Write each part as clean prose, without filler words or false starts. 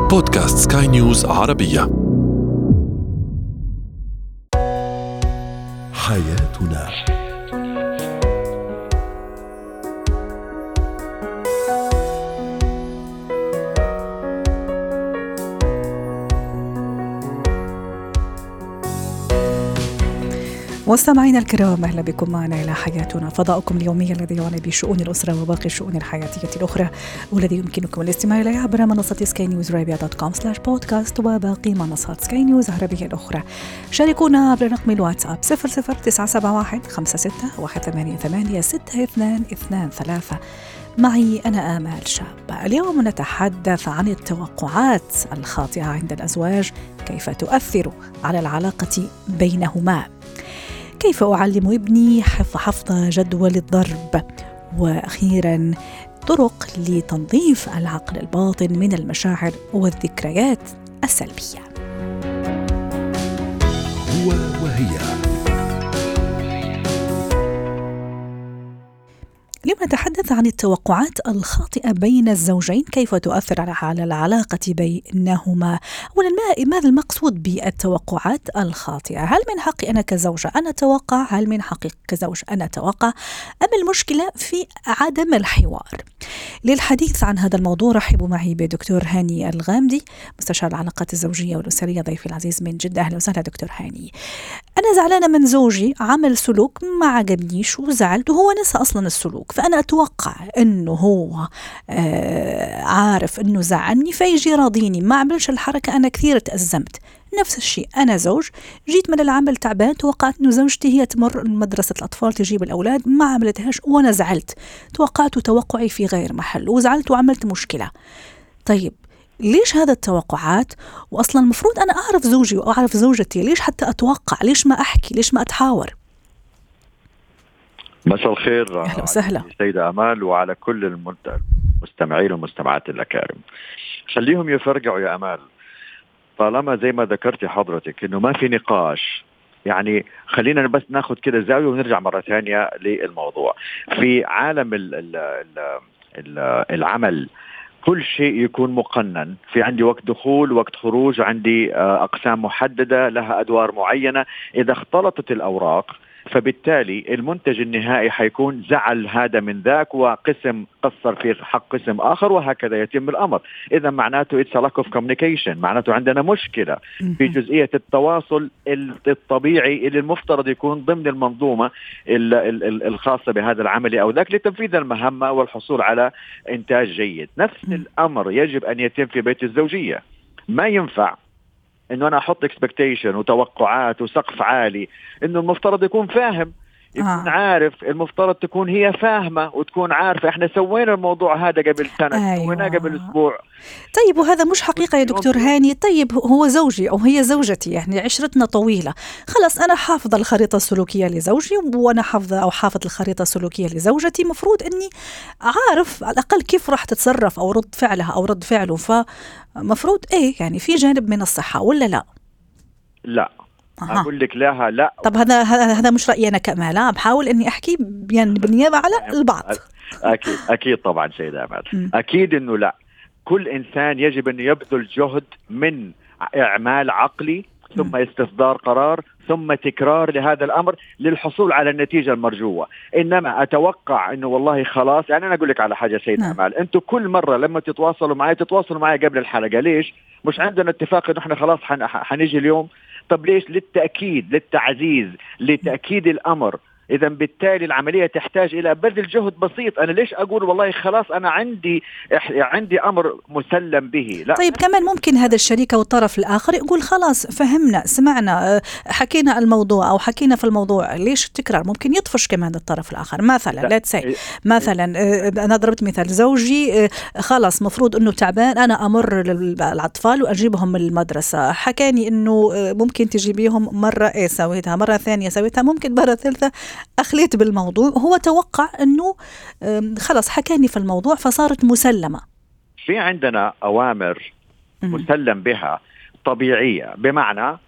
بودكاست سكاي نيوز عربية. حياتنا. مستمعينا الكرام، أهلا بكم معنا إلى حياتنا، فضاؤكم اليومي الذي يعنى بشؤون الأسرة وباقي الشؤون الحياتية الأخرى، والذي يمكنكم الاستماع إليه عبر منصة skynewsarabia.com/podcast وباقي منصات سكاي نيوز عربية الأخرى. شاركونا عبر رقم الواتساب 00971 56 6223. معي أنا آمال شاب. اليوم نتحدث عن التوقعات الخاطئة عند الأزواج، كيف تؤثر على العلاقة بينهما، كيف أعلم ابني حفظ جدول الضرب، وأخيرا طرق لتنظيف العقل الباطن من المشاعر والذكريات السلبية. هو وهي. اليوم نتحدث عن التوقعات الخاطئة بين الزوجين، كيف تؤثر على العلاقة بينهما. أولا، ماذا المقصود بالتوقعات الخاطئة؟ هل من حقي أنا كزوجة أن أتوقع؟ هل من حقي كزوج أن أتوقع؟ أم المشكلة في عدم الحوار؟ للحديث عن هذا الموضوع رحبوا معي بدكتور هاني الغامدي، مستشار العلاقات الزوجية والأسرية، ضيفي العزيز من جدة. أهلا وسهلا دكتور هاني. أنا زعلانة من زوجي، عمل سلوك ما عجبنيش وزعلت، وهو نسى أصلا السلوك، فأنا أتوقع أنه هو عارف أنه زعلني فيجي راضيني، ما عملش الحركة، أنا كثير تأزمت. نفس الشيء أنا زوج، جيت من العمل تعبان، توقعت أنه زوجتي هي تمر مدرسة الأطفال تجيب الأولاد، ما عملتهاش وأنا زعلت، توقعت توقعي في غير محل وزعلت وعملت مشكلة. طيب ليش هذا التوقعات؟ وأصلا المفروض أنا أعرف زوجي وأعرف زوجتي، ليش حتى أتوقع؟ ليش ما أحكي؟ ليش ما أتحاور؟ مساء الخير. أهلا وسهلا سيدة أمال، وعلى كل المستمعين والمستمعات الأكارم. خليهم يفرقعوا يا أمال، طالما زي ما ذكرتي حضرتك إنه ما في نقاش. يعني خلينا بس ناخذ كده زاوية ونرجع مرة ثانية للموضوع. في عالم العمل كل شيء يكون مقنن، في عندي وقت دخول وقت خروج، وعندي أقسام محددة لها أدوار معينة. إذا اختلطت الأوراق فبالتالي المنتج النهائي حيكون زعل هذا من ذاك، وقسم قصر في حق قسم آخر، وهكذا يتم الأمر. إذا معناته it's a lack of communication، معناته عندنا مشكلة في جزئية التواصل الطبيعي اللي المفترض يكون ضمن المنظومة الخاصة بهذا العمل أو ذاك لتنفيذ المهمة والحصول على إنتاج جيد. نفس الأمر يجب أن يتم في بيت الزوجية. ما ينفع إنه أنا أحط expectation وتوقعات وسقف عالي، إنه المفترض يكون فاهم، يكون عارف، المفترض تكون هي فاهمة وتكون عارفة. إحنا سوينا الموضوع هذا قبل سنة، سويناه قبل أسبوع. طيب وهذا مش حقيقة يا دكتور هاني؟ طيب هو زوجي أو هي زوجتي، يعني عشرتنا طويلة، خلاص أنا حافظة الخريطة السلوكية لزوجي، وأنا حافظة أو حافظ الخريطة السلوكية لزوجتي، مفروض أني عارف على الأقل كيف راح تتصرف أو رد فعلها أو رد فعله، فمفروض إيه يعني في جانب من الصحة ولا لا؟ لا. أقول لك لا. طب هذا مش رأيي أنا كأمال، بحاول إني أحكي يعني بالنيابة على البعض. أكيد طبعا سيدة أمال، أكيد إنه لا. كل إنسان يجب أن يبذل جهد من إعمال عقلي، ثم استصدار قرار، ثم تكرار لهذا الأمر للحصول على النتيجة المرجوة. إنما أتوقع إنه والله خلاص، يعني أنا أقول لك على حاجة سيدة أمال، أنتوا كل مرة لما تتواصلوا معي قبل الحلقة. ليش؟ مش عندنا اتفاق إنه إحنا خلاص حنيجي اليوم؟ طب ليش؟ للتأكيد، للتعزيز، لتأكيد الأمر. إذا بالتالي العملية تحتاج إلى بذل جهد بسيط. أنا ليش أقول والله خلاص أنا عندي أمر مسلم به؟ لا. طيب كمان ممكن هذا الشريك أو الطرف الآخر يقول خلاص فهمنا، سمعنا، حكينا الموضوع أو حكينا في الموضوع، ليش التكرار؟ ممكن يطفش كمان الطرف الآخر. مثلا لا تسي مثلا أنا ضربت مثال، زوجي خلاص مفروض أنه تعبان، أنا أمر الأطفال وأجيبهم من المدرسة، حكاني أنه ممكن تجيبيهم مرة سويتها، مرة ثانية سويتها، ممكن مرة ثالثة أخليت بالموضوع. هو توقع أنه خلاص حكاني في الموضوع فصارت مسلمة. في عندنا أوامر مسلم بها طبيعية، بمعنى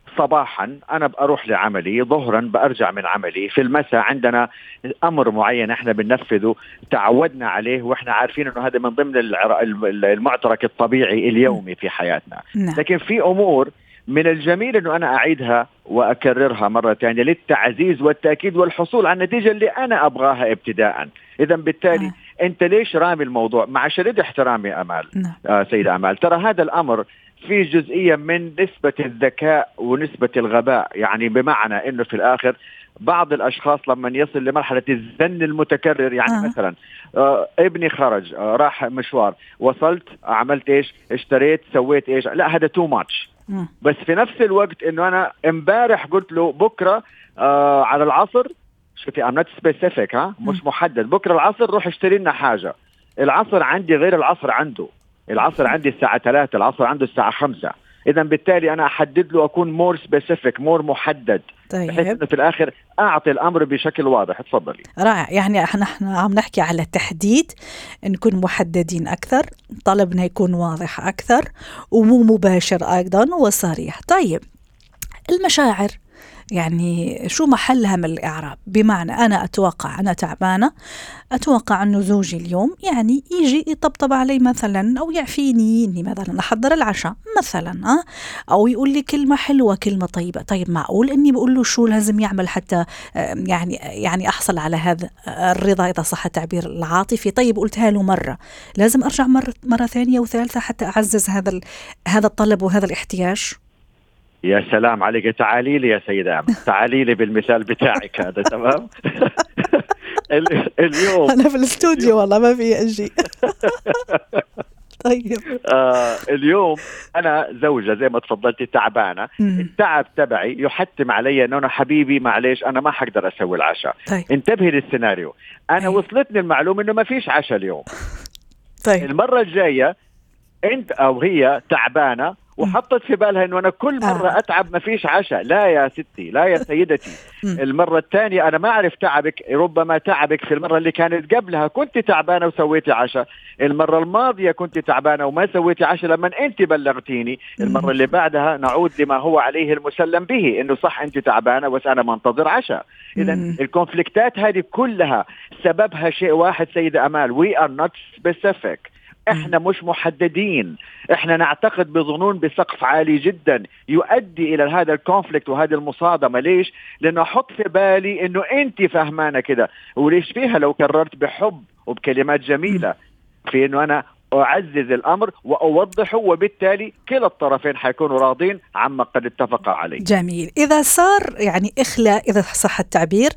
صباحا أنا بأروح لعملي، ظهرا بأرجع من عملي، في المساء عندنا أمر معين إحنا بننفذه تعودنا عليه وإحنا عارفين إنه هذا من ضمن المعترك الطبيعي اليومي في حياتنا. لكن في أمور من الجميل إنه أنا أعيدها وأكررها مرة ثانية للتعزيز والتأكيد والحصول على النتيجة اللي أنا أبغاها ابتداء. إذا بالتالي أنت ليش رامي الموضوع؟ مع شديد احترامي أمال، سيدة أمال، ترى هذا الأمر في جزئية من نسبة الذكاء ونسبة الغباء. يعني بمعنى إنه في الآخر بعض الأشخاص لما يصل لمرحلة الزن المتكرر، يعني مثلا ابني خرج راح مشوار، وصلت عملت إيش، اشتريت سويت إيش، لا هذا too much. بس في نفس الوقت إنه أنا امبارح قلت له بكرة على العصر، شوفي I'm not specific، مش محدد، بكرة العصر روح اشتري لنا حاجة. العصر عندي غير العصر عنده، العصر عندي الساعة 3، العصر عنده الساعة 5. إذا بالتالي أنا أحدد له، أكون more specific، more محدد، بحيث إنه في الآخر أعطي الأمر بشكل واضح. تفضلي. رائع. يعني احنا عم نحكي على التحديد، نكون محددين أكثر، طلبنا يكون واضح أكثر ومو مباشر أيضا وصريح. طيب المشاعر يعني شو محلها من الإعراب؟ بمعنى أنا أتوقع أنا تعبانة، أتوقع أنه زوجي اليوم يعني يجي يطبطب علي مثلا، أو يعفيني إني مثلا أحضر العشاء مثلا، أو يقول لي كلمة حلوة كلمة طيبة. طيب معقول إني بقول له شو لازم يعمل حتى يعني أحصل على هذا الرضا إذا صح التعبير العاطفي؟ طيب قلتها له مرة، لازم أرجع مرة ثانية وثالثة حتى أعزز هذا الطلب وهذا الاحتياج؟ يا سلام عليك، تعالي لي يا سيدة أمل، تعالي لي بالمثال بتاعك هذا. تمام. اليوم أنا في الاستوديو والله ما في أجي. طيب اليوم أنا زوجة زي ما تفضلتي تعبانة، التعب تبعي يحتم علي أنه أنا حبيبي معليش أنا ما حقدر أسوي العشاء. طيب. انتبهي للسيناريو، أنا وصلتني المعلومة أنه ما فيش عشاء اليوم. طيب. المرة الجاية أنت أو هي تعبانة وحطت في بالها انه انا كل مرة اتعب ما فيش عشاء. لا يا ستي، لا يا سيدتي. المرة الثانية انا ما اعرف تعبك، ربما تعبك في المرة اللي كانت قبلها كنت تعبانة وسويتي عشاء، المرة الماضية كنت تعبانة وما سويتي عشاء لما انت بلغتيني، المرة اللي بعدها نعود لما هو عليه المسلم به، انه صح انت تعبانة بس انا منتظر عشاء. اذا الكونفليكتات هذه كلها سببها شيء واحد سيدة امال، we are not specific. احنا مش محددين، احنا نعتقد بظنون بسقف عالي جدا يؤدي الى هذا الكونفليكت وهذه المصادمة. ليش؟ لانه احط في بالي انه انت فهمانة كده، وليش فيها لو كررت بحب وبكلمات جميلة في انه انا أعزز الأمر وأوضحه، وبالتالي كلا الطرفين حيكونوا راضين عما قد اتفقوا عليه. جميل. إذا صار يعني إخلاء، إذا صح التعبير،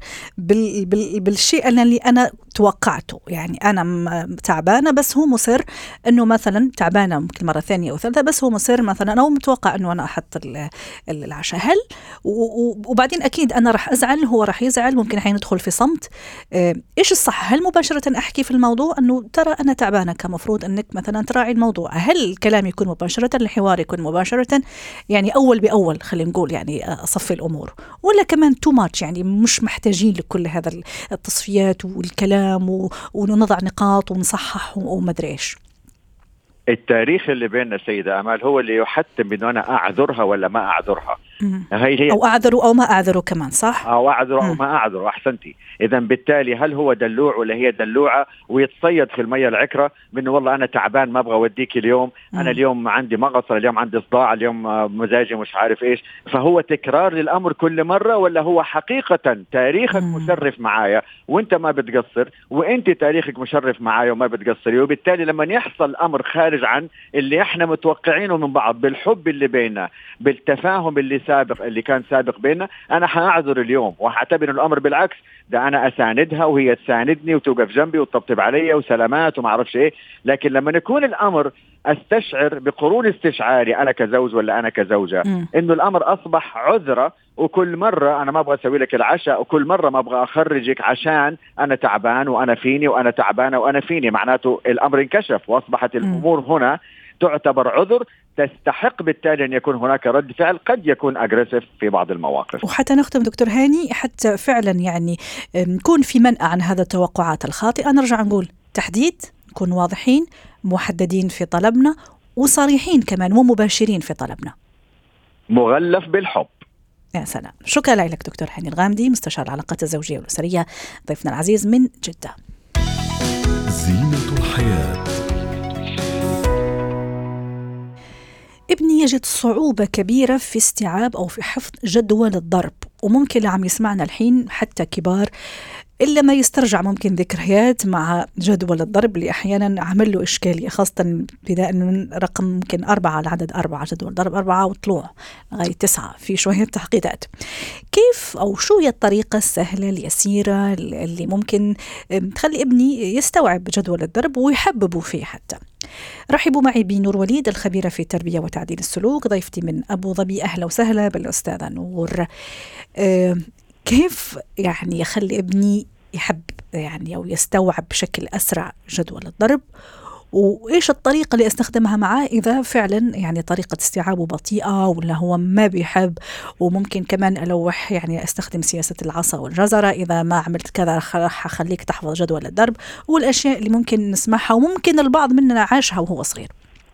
بالشيء اللي أنا توقعته، يعني أنا تعبانة بس هو مصر أنه مثلا تعبانة ممكن مرة ثانية أو ثالثة، بس هو مصر مثلا أو متوقع أنه أنا أحط العشاء. هل وبعدين أكيد أنا رح أزعل، هو رح يزعل، ممكن حيندخل في صمت. إيش الصح؟ هل مباشرة أحكي في الموضوع أنه ترى أنا تعبانة، كمفروض أنك مثلا تراعي الموضوع؟ هل الكلام يكون مباشرة، الحوار يكون مباشرة، يعني أول بأول خلينا نقول، يعني أصفي الأمور، ولا كمان تو ماتش يعني مش محتاجين لكل هذا التصفيات والكلام ونضع نقاط ونصحح ومدري إيش؟ التاريخ اللي بيننا سيدة أمال هو اللي يحتم إنه أنا أعذرها ولا ما أعذرها. هي أو أعذره أو ما أعذره كمان، صح؟ أو أعذره أو ما أعذره، أحسنتي. إذا بالتالي هل هو دلوع ولا هي دلوعة، ويتصيد في المية العكرة بأنه والله أنا تعبان ما أبغى أوديك اليوم، أنا اليوم عندي مغصة، اليوم عندي صداع، اليوم مزاجي مش عارف إيش. فهو تكرار للأمر كل مرة، ولا هو حقيقة تاريخك مشرف معايا وأنت ما بتقصر، وأنت تاريخك مشرف معايا وما بتقصري، وبالتالي لما يحصل أمر خارج عن اللي احنا متوقعينه من بعض، بالحب اللي بيننا، بالتفاهم اللي كان سابق بيننا، انا حاعذر اليوم وحاعتبر الامر بالعكس، ده انا اساندها وهي تساندني وتوقف جنبي وتطبطب علي وسلامات وما اعرفش ايه. لكن لما يكون الامر استشعر بقرون استشعاري انا كزوج ولا انا كزوجة انه الامر اصبح عذرة، وكل مرة انا ما ابغى اسوي لك العشاء، وكل مرة ما ابغى اخرجك عشان انا تعبان وانا فيني وانا تعبانة وانا فيني، معناته الامر انكشف واصبحت الامور هنا تعتبر عذر، تستحق بالتالي أن يكون هناك رد فعل قد يكون أجريسيف في بعض المواقف. وحتى نختم دكتور هاني، حتى فعلا يعني نكون في منأى عن هذا التوقعات الخاطئة، نرجع نقول تحديد، نكون واضحين محددين في طلبنا، وصريحين كمان ومباشرين في طلبنا، مغلف بالحب. يا سلام. شكرا لك دكتور هاني الغامدي، مستشار العلاقات الزوجية والأسرية، ضيفنا العزيز من جدة. زينة الحياة. ابني يجد صعوبة كبيرة في استيعاب أو في حفظ جدول الضرب، وممكن اللي عم يسمعنا الحين حتى كبار إلا ما يسترجع ممكن ذكريات مع جدول الضرب اللي أحيانا عمل له إشكالية، خاصة بداية من رقم ممكن 4 العدد 4، جدول ضرب 4 وطلوع لغاية 9 في شوية تعقيدات. كيف أو شو هي الطريقة السهلة اليسيرة اللي ممكن تخلي ابني يستوعب جدول الضرب ويحببه فيه حتى؟ رحبوا معي بنور وليد، الخبيرة في التربية وتعديل السلوك، ضيفتي من أبو ظبي. أهلا وسهلا بالأستاذة نور. كيف يعني يخلي ابني يحب يعني أو يستوعب بشكل أسرع جدول الضرب، وإيش الطريقة اللي استخدمها معاه إذا فعلا يعني طريقة استيعابه بطيئة ولا هو ما بيحب؟ وممكن كمان ألوح يعني أستخدم سياسة العصا والجزرة، إذا ما عملت كذا راح أخليك تحفظ جدول الضرب، والأشياء اللي ممكن نسمعها وممكن البعض مننا عاشها وهو صغير.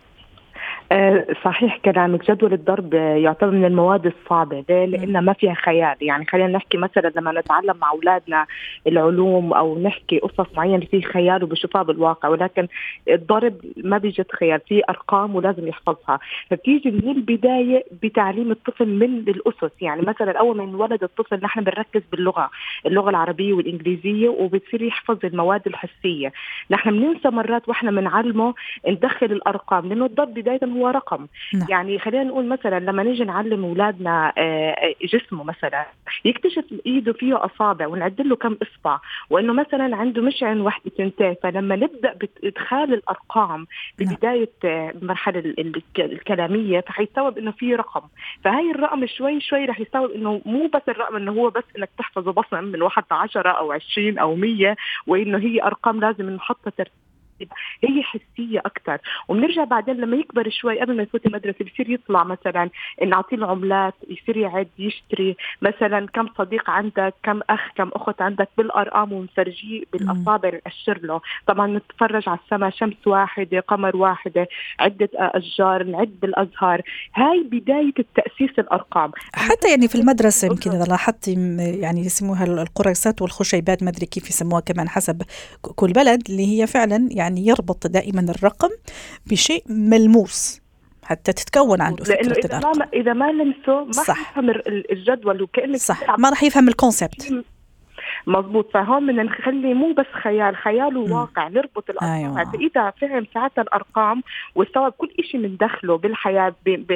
صحيح كلامك. جدول الضرب يعتبر من المواد الصعبة. ليه؟ لأنها ما فيها خيال. يعني خلينا نحكي مثلا لما نتعلم مع أولادنا العلوم أو نحكي قصص معينة فيه خيال وبشوفها بالواقع، ولكن الضرب ما بيجد خيال، فيه أرقام ولازم يحفظها. فبتيجي من البداية بتعليم الطفل من الأسس. يعني مثلا أول ما ينولد الطفل نحن بنركز اللغة العربية والإنجليزية، وبتصير يحفظ المواد الحسية. نحن بننسى مرات وإحنا بنعلمه ندخل الأرقام، لأنه الضرب بداية هو رقم. يعني خلينا نقول مثلا لما نيجي نعلم أولادنا جسمه، مثلا يكتشف إيده فيه أصابع ونعد له كم إصبع، وإنه مثلا عنده مشعن واحدة تنتين. فلما نبدأ بإدخال الأرقام ببداية المرحلة الكلامية فحيستوعب إنه فيه رقم. فهاي الرقم شوي شوي رح يستوعب إنه مو بس الرقم إنه هو بس إنك تحفظه بصم من 1 ل 10 أو 20 أو 100، وإنه هي أرقام لازم نحطها ترتيب، هي حسية أكتر. وبنرجع بعدين لما يكبر شوي قبل ما يفوت المدرسة بيصير يطلع مثلا نعطيه العملات، يصير يعد، يشتري مثلا كم صديق عندك، كم أخ، كم أخت عندك بالأرقام، ونسرجيه بالأصابع نأشر له. طبعا نتفرج على السماء، شمس واحدة، قمر واحدة، عدة أشجار، نعد بالأزهار. هاي بداية التأسيس الأرقام. حتى يعني في المدرسة يمكن إذا لاحظت يعني يسموها القريصات والخشيبات، ما أدري كيف يسموها كمان حسب كل بلد، اللي هي فعلا يعني يربط دائما الرقم بشيء ملموس حتى تتكون عنده فكرة الأرقام. إذا ما لمسه ما يفهم الجدول، وكأنك صح ما راح يفهم الكونسبت. مظبوط. فهون بدنا نخلي مو بس خيال وواقع، نربط الأرقام. أيوة. فإذا فهم ساعتها الأرقام واستوعب كل إشي من داخله بالحياة،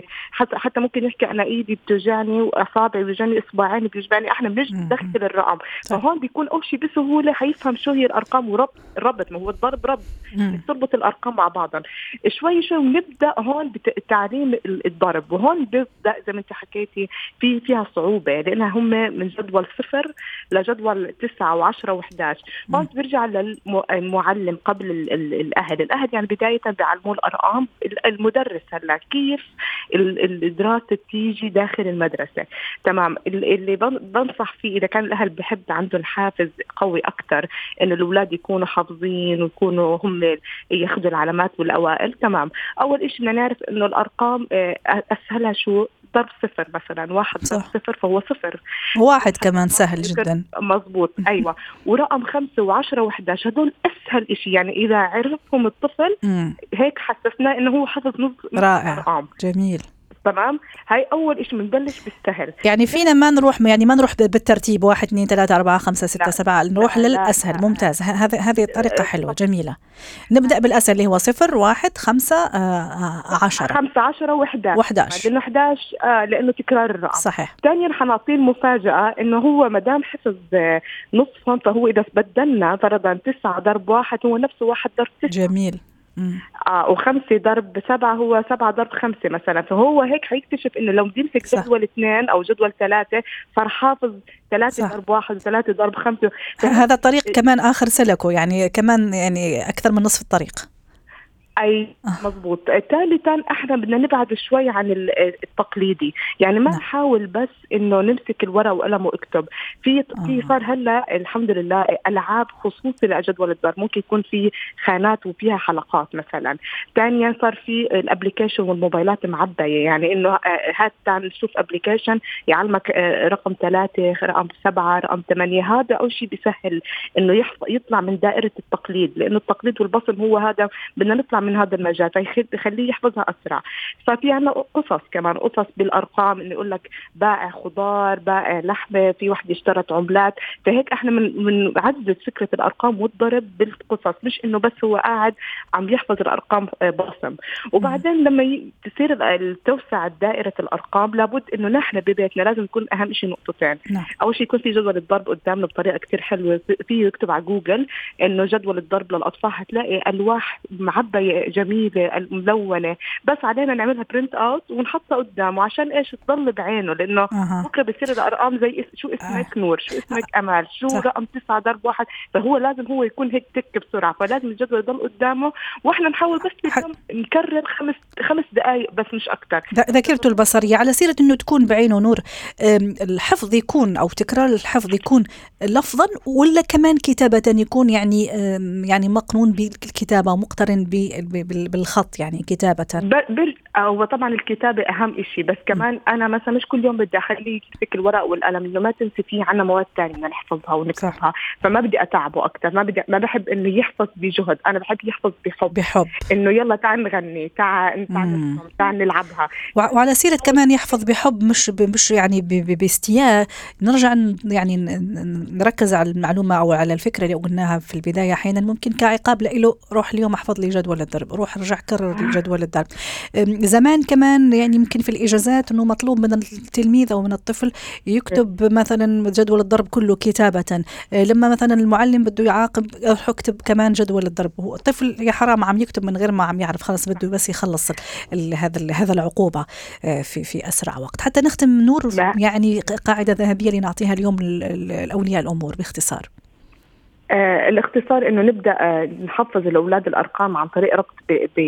حتى ممكن يحكي أنا إيدي بتوجعني وأصابعي بيوجعني، إصبعين بيوجعني، إحنا بنجي ندخل الرقم. فهون بيكون أول شيء بسهولة حيفهم شو هي الأرقام وربط. ما هو الضرب ربط، تربط الأرقام مع بعضها شوي شوي. ونبدأ هون بتعليم الضرب، وهون بيبدأ زي ما أنت حكيتي فيها صعوبة، لأنها هم من جدول 0 لجدول 9 و10 و11. هون بيرجع للمعلم قبل الأهل يعني بداية بيعلموا الأرقام. المدرس هلا كيف الدراسة تيجي داخل المدرسة، تمام. اللي بنصح فيه إذا كان الأهل بحب عندهم حافز قوي أكتر إن الأولاد يكونوا حافظين ويكونوا هم ياخذوا العلامات والأوائل، تمام. أول إشي بدنا نعرف إنه الأرقام أسهلها شو؟ ضرب 0 مثلا، 1 ضرب 0 فهو 0. 1 كمان سهل جدا. مظبوط. أيوة. ورقم 5 و10 و11 هدول أسهل إشي. يعني إذا عرفهم الطفل هيك حسسنا إنه هو حفظ نص رائع. جميل. تمام. هاي أول إشي بنبلش بالسهل. يعني فينا ما نروح بالترتيب 1 2 3 4 5 6 7، نروح للأسهل. ممتاز. هذه طريقة حلوة جميلة. نبدأ بالأسهل اللي هو 0 1 5 10 5 10 و11 لأنه 11 لأنه تكرار الرقم. صحيح. ثانيا حنعطيه المفاجأة إنه هو مدام حفظ نصفهم، فهو إذا بدلنا فرضا 9 ضرب 1 هو نفسه 1 ضرب 9. جميل. و5 ضرب 7 هو 7 ضرب 5 مثلا. فهو هيك حيكتشف إنه لو بيمسك جدول 2 أو جدول 3 صار حافظ 3 ضرب 1 و3 ضرب 5. هذا الطريق كمان آخر سلكه، يعني كمان يعني أكثر من نصف الطريق. أي مضبوط. ثالثا احنا بدنا نبعد شوي عن التقليدي، يعني ما نحاول بس انه نمسك الورق وقلم واكتب. في صار هلا الحمد لله العاب خصوصي لجدول الضرب، ممكن يكون في خانات وفيها حلقات مثلا. ثانيا صار في الابليكيشن والموبايلات معبيه، يعني انه هات تعال نشوف ابليكيشن يعلمك رقم 3 رقم 7 رقم 8. هذا اول شيء بيسهل انه يطلع من دائره التقليد، لانه التقليد والبصم هو هذا، بدنا نطلع من هذا المجال فيخليه يحفظها أسرع. ففي عنا قصص كمان، قصص بالأرقام، إنه يقول لك بائع خضار بائع لحمة، في واحدة اشترت عملات. فهيك احنا من عزز فكرة الأرقام والضرب بالقصص، مش إنه بس هو قاعد عم يحفظ الأرقام بصم. وبعدين لما تصير توسع دائرة الأرقام، لابد إنه نحن ببيتنا لازم يكون أهم شيء نقطتين. أول شيء يكون في جدول الضرب قدامنا بطريقة كتير حلوة، فيه يكتب على جوجل إنه جدول الضرب للأطفال، هتلاقي ألواح معبية جميلة ملونة، بس علينا نعملها برنت اوت ونحطها قدامه عشان ايش تضل بعينه، لانه بكره بصير الارقام زي شو اسمك نور، شو اسمك امال، شو رقم 9 ضرب 1. فهو لازم هو يكون هيك تك بسرعه، فلازم الجدول يضل قدامه، واحنا نحاول بس نكرر 5 دقائق بس مش اكثر. ذاكرته البصريه على سيره انه تكون بعينه نور، الحفظ يكون او تكرار الحفظ يكون لفظا ولا كمان كتابه، يكون يعني مقنون بالكتابه ومقترن بالخط، يعني كتابة. هو طبعا الكتابة أهم إشي، بس كمان أنا مثلا مش كل يوم بدي أخليه يمسك الورق والقلم، إنه ما تنسي فيه عنا مواد تانية نحفظها ونكتبها، فما بدي أتعبه أكتر. ما بحب إنه يحفظ بجهد، أنا بحب يحفظ بحب. إنه يلا تعال نغني، تعال نلعبها. وعلى سيرة كمان يحفظ بحب، مش يعني باستياء. نرجع يعني نركز على المعلومة أو على الفكرة اللي قلناها في البداية. أحيانا ممكن كعقاب له روح اليوم احفظ لي جدول الضرب، روح رجع كرر لي جدول الضرب. زمان كمان يعني يمكن في الإجازات أنه مطلوب من التلميذ أو من الطفل يكتب مثلا جدول الضرب كله كتابة. لما مثلا المعلم بده يعاقب اكتب كمان جدول الضرب. هو الطفل يا حرام عم يكتب من غير ما عم يعرف، خلص بده بس يخلص هذا العقوبة في أسرع وقت. حتى نختم نور يعني قاعدة ذهبية لنعطيها اليوم لأولياء الأمور باختصار. الاختصار انه نبدا نحفظ الاولاد الارقام عن طريق ربط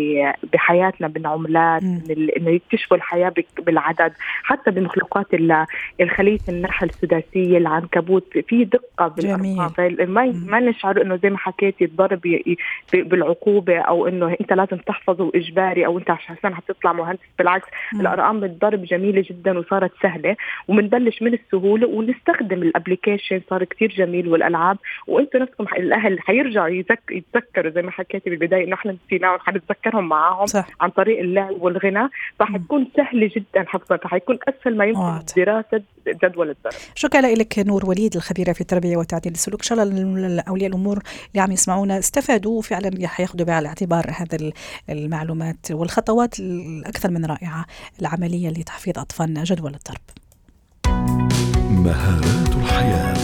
بحياتنا بالعملات، انه يكتشفوا الحياه بالعدد، حتى بمخلوقات الله، الخليه النحل السداسيه، العنكبوت، في دقه بالارقام. ما نشعر انه زي ما حكيتي الضرب بالعقوبه، او انه انت لازم تحفظه اجباري، او انت عشان حتطلع مهندس. بالعكس الارقام بالضرب جميله جدا وصارت سهله، وبنبلش من السهوله ونستخدم الابليكيشن، صار كتير جميل، والالعاب. وانتم نفسكم الاهل حيرجعوا يتذكروا زي ما حكيتي بالبدايه انه احنا نسيناهم، حنتذكرهم معاهم عن طريق اللعب والغناء، فحتكون سهله جدا حفظها، حيكون اسهل ما يمكن دراسه جدول الضرب. شكرا لك نور وليد، الخبيره في التربيه وتعديل السلوك. ان شاء الله اولياء الامور اللي عم يسمعونا استفادوا وفعلا حياخذوا بعين الاعتبار هذا المعلومات والخطوات الاكثر من رائعه العمليه لتحفيظ اطفالنا جدول الضرب. مهارات الحياه.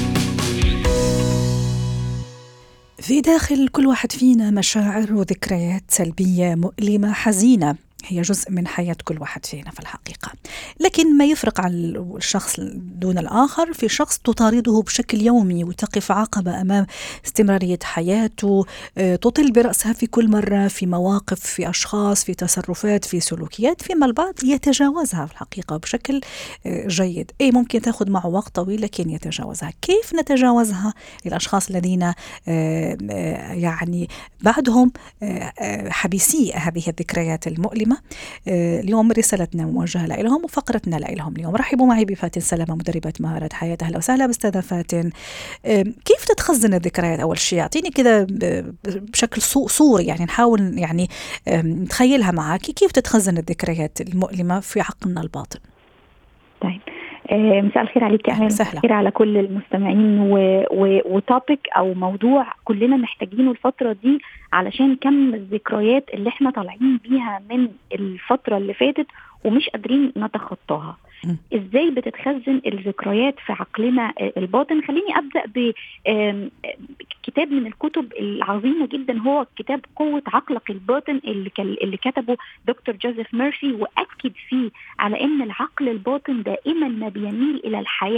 في داخل كل واحد فينا مشاعر وذكريات سلبية مؤلمة حزينة، هي جزء من حياة كل واحد فينا في الحقيقة. لكن ما يفرق عن الشخص دون الآخر، في شخص تطارده بشكل يومي وتقف عقبة أمام استمرارية حياته، تطل برأسها في كل مرة، في مواقف، في أشخاص، في تصرفات، في سلوكيات، فيما البعض يتجاوزها في الحقيقة بشكل جيد. ممكن تأخذ معه وقت طويل لكن يتجاوزها. كيف نتجاوزها للأشخاص الذين يعني بعدهم حبيسي هذه الذكريات المؤلمة؟ اليوم رسالتنا موجهة لهم وفقرتنا لهم اليوم. رحبوا معي بفاتن سلامة، مدربة مهارات حياة. أهلا وسهلا بأستاذة فاتن. كيف تتخزن الذكريات؟ أول شيء أعطيني كذا بشكل صوري، يعني نحاول يعني نتخيلها معك. كيف تتخزن الذكريات المؤلمة في عقلنا الباطن؟ طيب، مساء الخير عليك، أهلا الخير على كل المستمعين. وتوبيك أو موضوع كلنا محتاجينه الفترة دي، علشان كم الذكريات اللي احنا طالعين بيها من الفترة اللي فاتت ومش قادرين نتخطاها. ازاي بتتخزن الذكريات في عقلنا الباطن؟ خليني أبدأ بكتاب من الكتب العظيمة جدا، هو كتاب قوة عقلك الباطن اللي كتبه دكتور جوزيف ميرفي، وأكد فيه على أن العقل الباطن دائما ما بيميل إلى الحياة.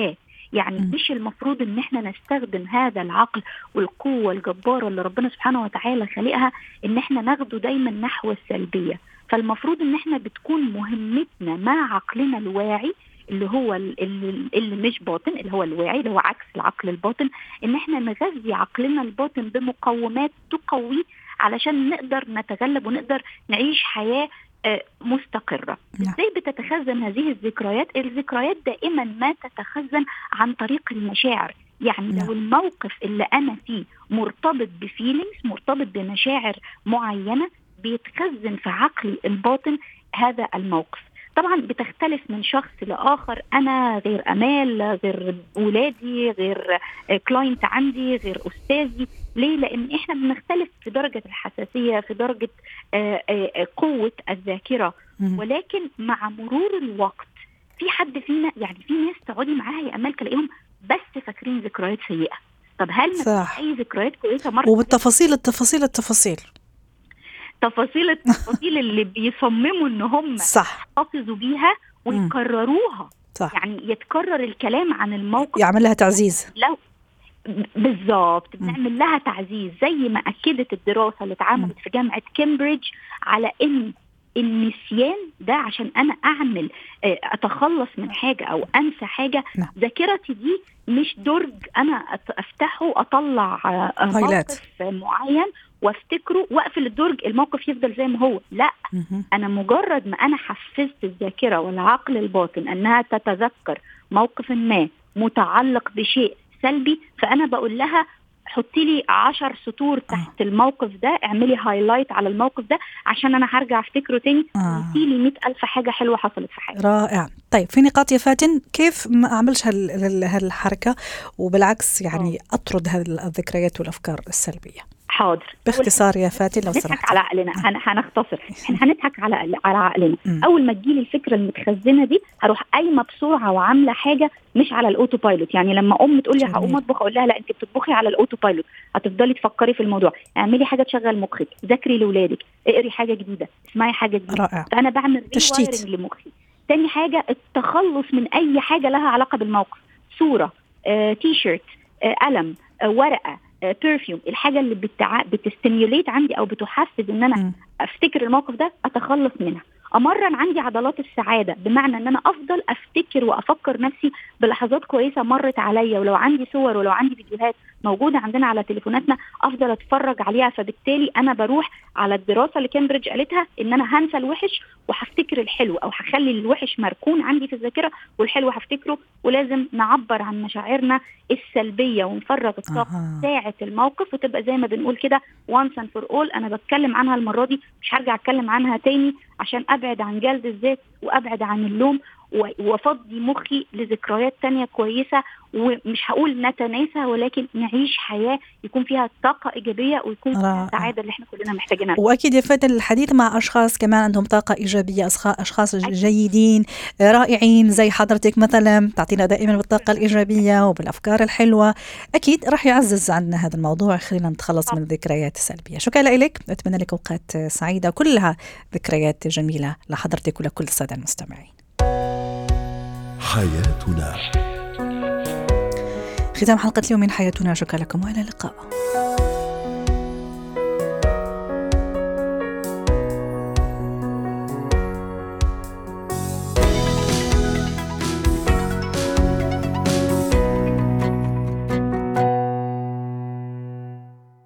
يعني مش المفروض ان احنا نستخدم هذا العقل والقوة الجبارة اللي ربنا سبحانه وتعالى خلقها ان احنا ناخده دايما نحو السلبية. فالمفروض ان احنا بتكون مهمتنا مع عقلنا الواعي اللي هو اللي مش باطن، اللي هو الواعي اللي هو عكس العقل الباطن، ان احنا نغذي عقلنا الباطن بمقومات تقويه علشان نقدر نتغلب ونقدر نعيش حياة مستقرة. ازاي بتتخزن هذه الذكريات؟ الذكريات دائما ما تتخزن عن طريق المشاعر. يعني لو الموقف اللي أنا فيه مرتبط بفيلينجز، مرتبط بمشاعر معينة، بيتخزن في عقلي الباطن هذا الموقف. طبعا بتختلف من شخص لآخر، أنا غير أمال، غير أولادي، غير كلاينت عندي، غير أستاذي. ليه؟ لأن إحنا بنختلف في درجة الحساسية، في درجة قوة الذاكرة. ولكن مع مرور الوقت في حد فينا، يعني في ناس تقعدي معاها يا أمال تلاقيهم بس فاكرين ذكريات سيئة. طب هل ما في أي ذكريات كويسة مرة؟ وبالتفاصيل التفاصيل اللي بيصمموا ان هم يحتفظوا بيها ويكرروها. صح. يعني يتكرر الكلام عن الموقف، يعمل لها تعزيز. لو بالضبط بنعمل لها تعزيز، زي ما أكدت الدراسة اللي اتعملت في جامعة كامبريدج على ان النسيان ده عشان انا اعمل اتخلص من حاجة او انسى حاجة. ذاكرتي دي مش درج انا افتحه اطلع موقف معين وافتكره واقفل الدرج الموقف يفضل زي ما هو. لا، انا مجرد ما انا حفزت الذاكرة والعقل الباطن انها تتذكر موقف ما متعلق بشيء سلبي، فانا بقول لها حطي لي 10 سطور تحت الموقف ده، اعملي هايلايت على الموقف ده عشان انا هرجع افتكره تاني. قلتي لي 100,000 حاجة حلوة حصلت في حياتي. رائع. طيب في نقاط يا فاتن كيف ما اعملش هالحركة وبالعكس يعني اطرد الذكريات والافكار السلبية؟ حاضر، باختصار يا فاتن لو سمحت. نضحك على عقلنا، هنختصر. احنا هنضحك على عقلنا. اول ما تجيلي الفكره المتخزنه دي هروح قايمه بسرعه وعامله حاجه مش على الاوتو بايلوت. يعني لما تقول لي هقوم اطبخ، اقول لها لا، انت بتطبخي على الاوتو بايلوت، هتفضلي تفكري في الموضوع. اعملي حاجه تشغل مخك، ذاكري لاولادك، اقري حاجه جديده، اسمعي حاجه جديده. رائع. فانا بعمل ريوايرنج لمخي. تاني حاجه التخلص من اي حاجه لها علاقه بالموقف، صوره، تي شيرت، قلم، ورقه، بيرفيوم، الحاجة اللي بتستيميوليت عندي أو بتحفز إن أنا أفتكر الموقف ده، أتخلص منها. أمرن عندي عضلات السعادة، بمعنى إن أنا أفضل أفتكر وأفكر نفسي بلحظات كويسة مرت عليا، ولو عندي صور ولو عندي فيديوهات موجودة عندنا على تليفوناتنا أفضل أتفرج عليها. فبالتالي أنا بروح على الدراسة اللي كامبريدج قالتها إن أنا هنسى الوحش وهفتكر الحلو، أو هخلي الوحش مركون عندي في الذاكرة والحلو هفتكره. ولازم نعبر عن مشاعرنا السلبية ونفرغ الطاقة ساعة الموقف، وتبقى زي ما بنقول كده once and for all. أنا بتكلم عنها المرة دي، مش هرجع أتكلم عنها تاني عشان أبعد عن جلد الذات وأبعد عن اللوم، وافضي مخي لذكريات تانية كويسة. ومش هقول نتناسى، ولكن نعيش حياة يكون فيها طاقة إيجابية ويكون فيها السعادة اللي احنا كلنا محتاجينها. وأكيد يا فاتن الحديث مع أشخاص كمان عندهم طاقة إيجابية، أشخاص جيدين رائعين زي حضرتك مثلا، تعطينا دائما بالطاقة الإيجابية وبالأفكار الحلوة، أكيد راح يعزز عنا هذا الموضوع، خلينا نتخلص من الذكريات السلبية. شكرا لك، أتمنى لك أوقات سعيدة كلها ذكريات جميلة لحضرتك ولكل السادة المستمعين. حياتنا. ختام حلقة اليوم من حياتنا، شكرا لكم وإلى اللقاء.